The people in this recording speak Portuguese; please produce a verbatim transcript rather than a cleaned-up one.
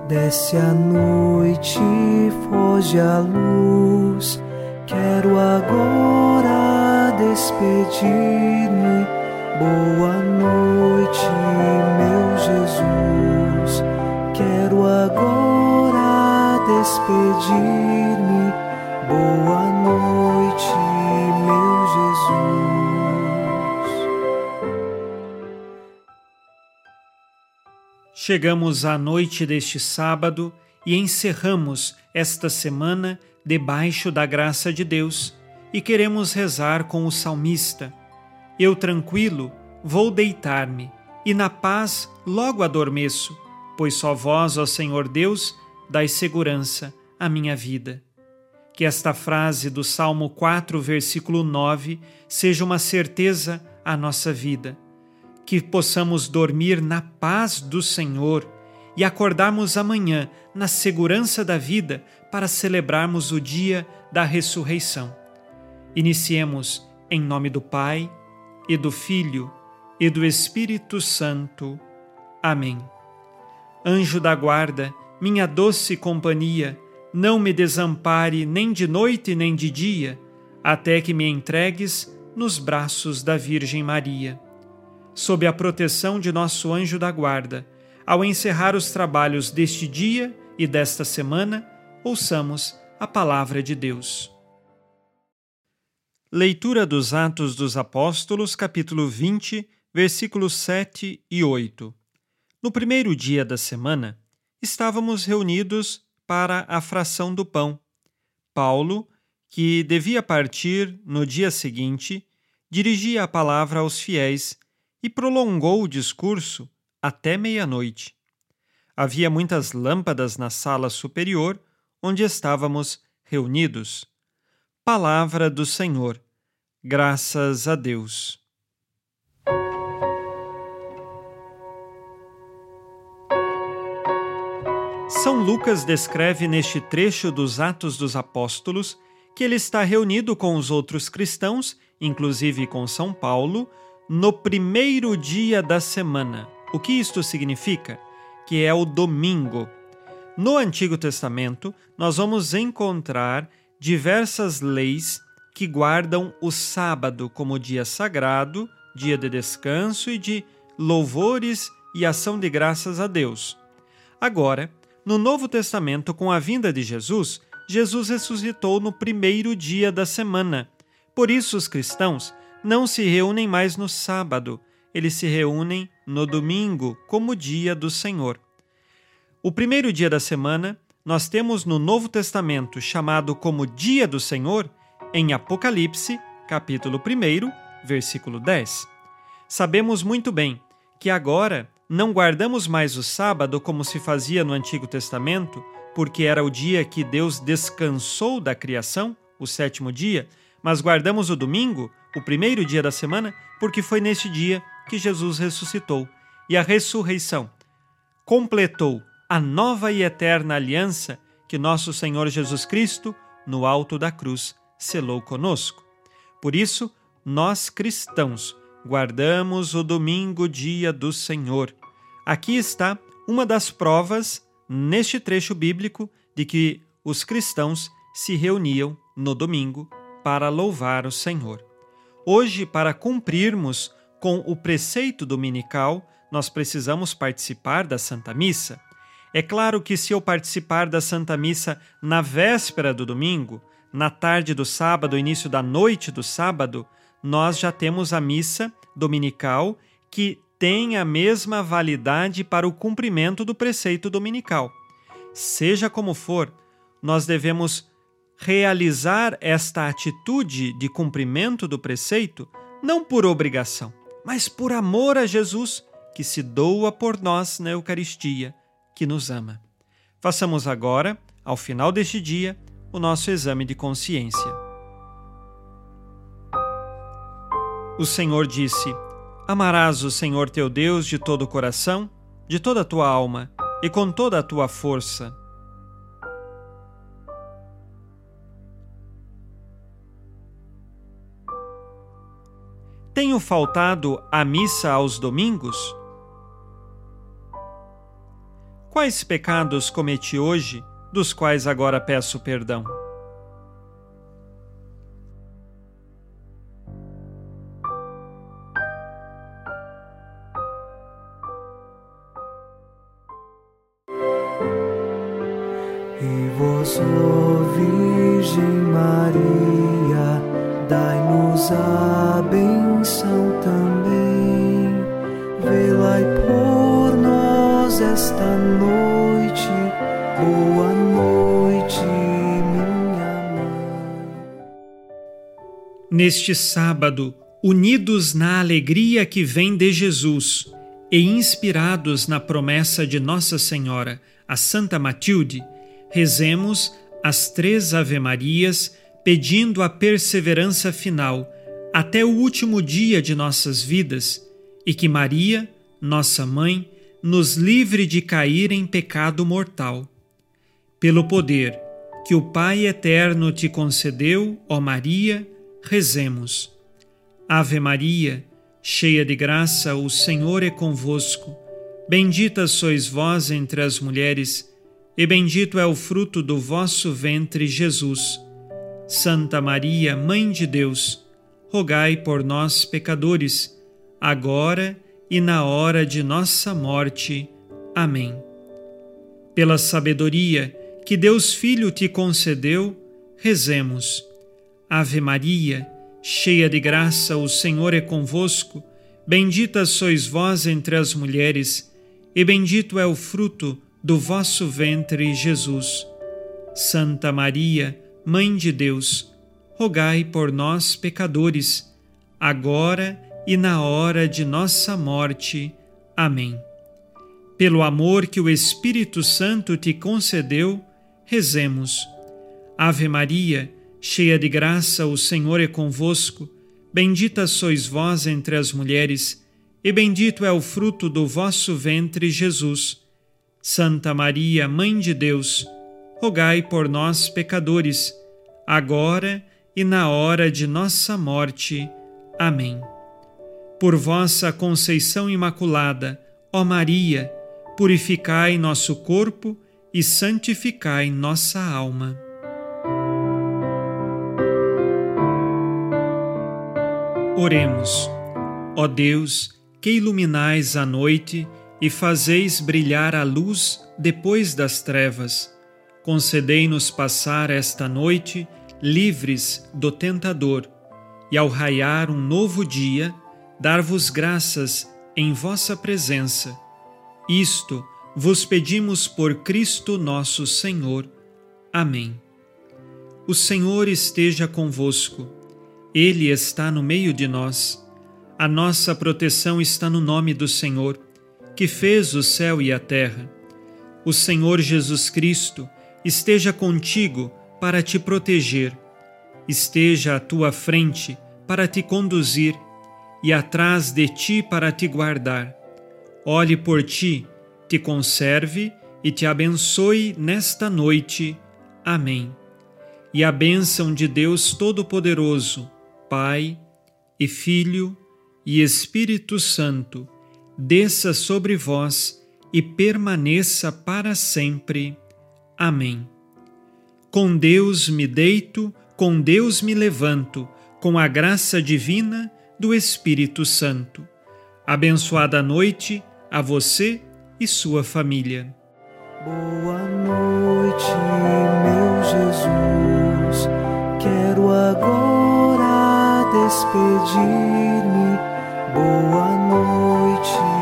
Desce a noite, foge a luz. Quero agora despedir-me. Boa noite, meu Jesus. Quero agora despedir-me. Boa noite, meu Jesus. Chegamos à noite deste sábado e encerramos esta semana debaixo da graça de Deus e queremos rezar com o salmista. Eu tranquilo vou deitar-me e na paz logo adormeço, pois só vós, ó Senhor Deus, dais segurança à minha vida. Que esta frase do Salmo quatro, versículo nove, seja uma certeza à nossa vida. Que possamos dormir na paz do Senhor e acordarmos amanhã na segurança da vida para celebrarmos o dia da ressurreição. Iniciemos em nome do Pai, e do Filho, e do Espírito Santo. Amém. Anjo da guarda, minha doce companhia, não me desampare nem de noite nem de dia, até que me entregues nos braços da Virgem Maria. Sob a proteção de nosso anjo da guarda, ao encerrar os trabalhos deste dia e desta semana, ouçamos a palavra de Deus. Leitura dos Atos dos Apóstolos, capítulo vinte, versículos sete e oito. No primeiro dia da semana, estávamos reunidos para a fração do pão. Paulo, que devia partir no dia seguinte, dirigia a palavra aos fiéis e prolongou o discurso até meia-noite. Havia muitas lâmpadas na sala superior, onde estávamos reunidos. Palavra do Senhor. Graças a Deus. São Lucas descreve neste trecho dos Atos dos Apóstolos que ele está reunido com os outros cristãos, inclusive com São Paulo, no primeiro dia da semana. O que isto significa? Que é o domingo. No Antigo Testamento, nós vamos encontrar diversas leis que guardam o sábado como dia sagrado, dia de descanso e de louvores e ação de graças a Deus. Agora, no Novo Testamento, com a vinda de Jesus, Jesus ressuscitou no primeiro dia da semana. Por isso, os cristãos não se reúnem mais no sábado, eles se reúnem no domingo, como dia do Senhor. O primeiro dia da semana, nós temos no Novo Testamento chamado como Dia do Senhor, em Apocalipse, capítulo um, versículo dez. Sabemos muito bem que agora não guardamos mais o sábado como se fazia no Antigo Testamento, porque era o dia que Deus descansou da criação, o sétimo dia, mas guardamos o domingo, o primeiro dia da semana, porque foi neste dia que Jesus ressuscitou. E a ressurreição completou a nova e eterna aliança que nosso Senhor Jesus Cristo, no alto da cruz, selou conosco. Por isso, nós cristãos guardamos o domingo, dia do Senhor. Aqui está uma das provas, neste trecho bíblico, de que os cristãos se reuniam no domingo para louvar o Senhor. Hoje, para cumprirmos com o preceito dominical, nós precisamos participar da Santa Missa. É claro que se eu participar da Santa Missa na véspera do domingo, na tarde do sábado, início da noite do sábado, nós já temos a missa dominical que tem a mesma validade para o cumprimento do preceito dominical. Seja como for, nós devemos realizar esta atitude de cumprimento do preceito não por obrigação, mas por amor a Jesus, que se doa por nós na Eucaristia, que nos ama. Façamos agora, ao final deste dia, o nosso exame de consciência. O Senhor disse: Amarás o Senhor teu Deus de todo o coração, de toda a tua alma e com toda a tua força. Tenho faltado à missa aos domingos? quais pecados cometi hoje, dos quais agora peço perdão? E vós, ó Virgem Maria, dai-nos a benção também. Velai por nós esta noite. Boa noite, minha mãe. Neste sábado, unidos na alegria que vem de Jesus e inspirados na promessa de Nossa Senhora, a Santa Matilde, rezemos as três Ave-Marias, pedindo a perseverança final até o último dia de nossas vidas e que Maria, nossa Mãe, nos livre de cair em pecado mortal. Pelo poder que o Pai Eterno te concedeu, ó Maria, rezemos. Ave Maria, cheia de graça, o Senhor é convosco. Bendita sois vós entre as mulheres, e bendito é o fruto do vosso ventre, Jesus. Santa Maria, Mãe de Deus, rogai por nós, pecadores, agora e na hora de nossa morte. Amém. Pela sabedoria que Deus Filho te concedeu, rezemos. Ave Maria, cheia de graça, o Senhor é convosco. Bendita sois vós entre as mulheres, e bendito é o fruto do vosso ventre, Jesus. Santa Maria, Mãe de Deus, rogai por nós, pecadores, agora e na hora de nossa morte. Amém. Pelo amor que o Espírito Santo te concedeu, rezemos. Ave Maria, cheia de graça, o Senhor é convosco. Bendita sois vós entre as mulheres, e bendito é o fruto do vosso ventre, Jesus. Santa Maria, Mãe de Deus, rogai por nós, pecadores, agora e na hora de nossa morte. Amém. Por vossa conceição imaculada, ó Maria, purificai nosso corpo e santificai nossa alma. Oremos. Ó Deus, que iluminais a noite e fazeis brilhar a luz depois das trevas, concedei-nos passar esta noite livres do tentador e, ao raiar um novo dia, dar-vos graças em vossa presença. Isto vos pedimos por Cristo nosso Senhor. Amém. O Senhor esteja convosco. Ele está no meio de nós. A nossa proteção está no nome do Senhor, que fez o céu e a terra. O Senhor Jesus Cristo esteja contigo para te proteger, esteja à tua frente para te conduzir e atrás de ti para te guardar. Olhe por ti, te conserve e te abençoe nesta noite. Amém. E a bênção de Deus Todo-Poderoso, Pai e Filho e Espírito Santo, desça sobre vós e permaneça para sempre. Amém. Com Deus me deito, com Deus me levanto, com a graça divina do Espírito Santo. Abençoada noite a você e sua família. Boa noite, meu Jesus. Quero agora despedir-me. Boa noite.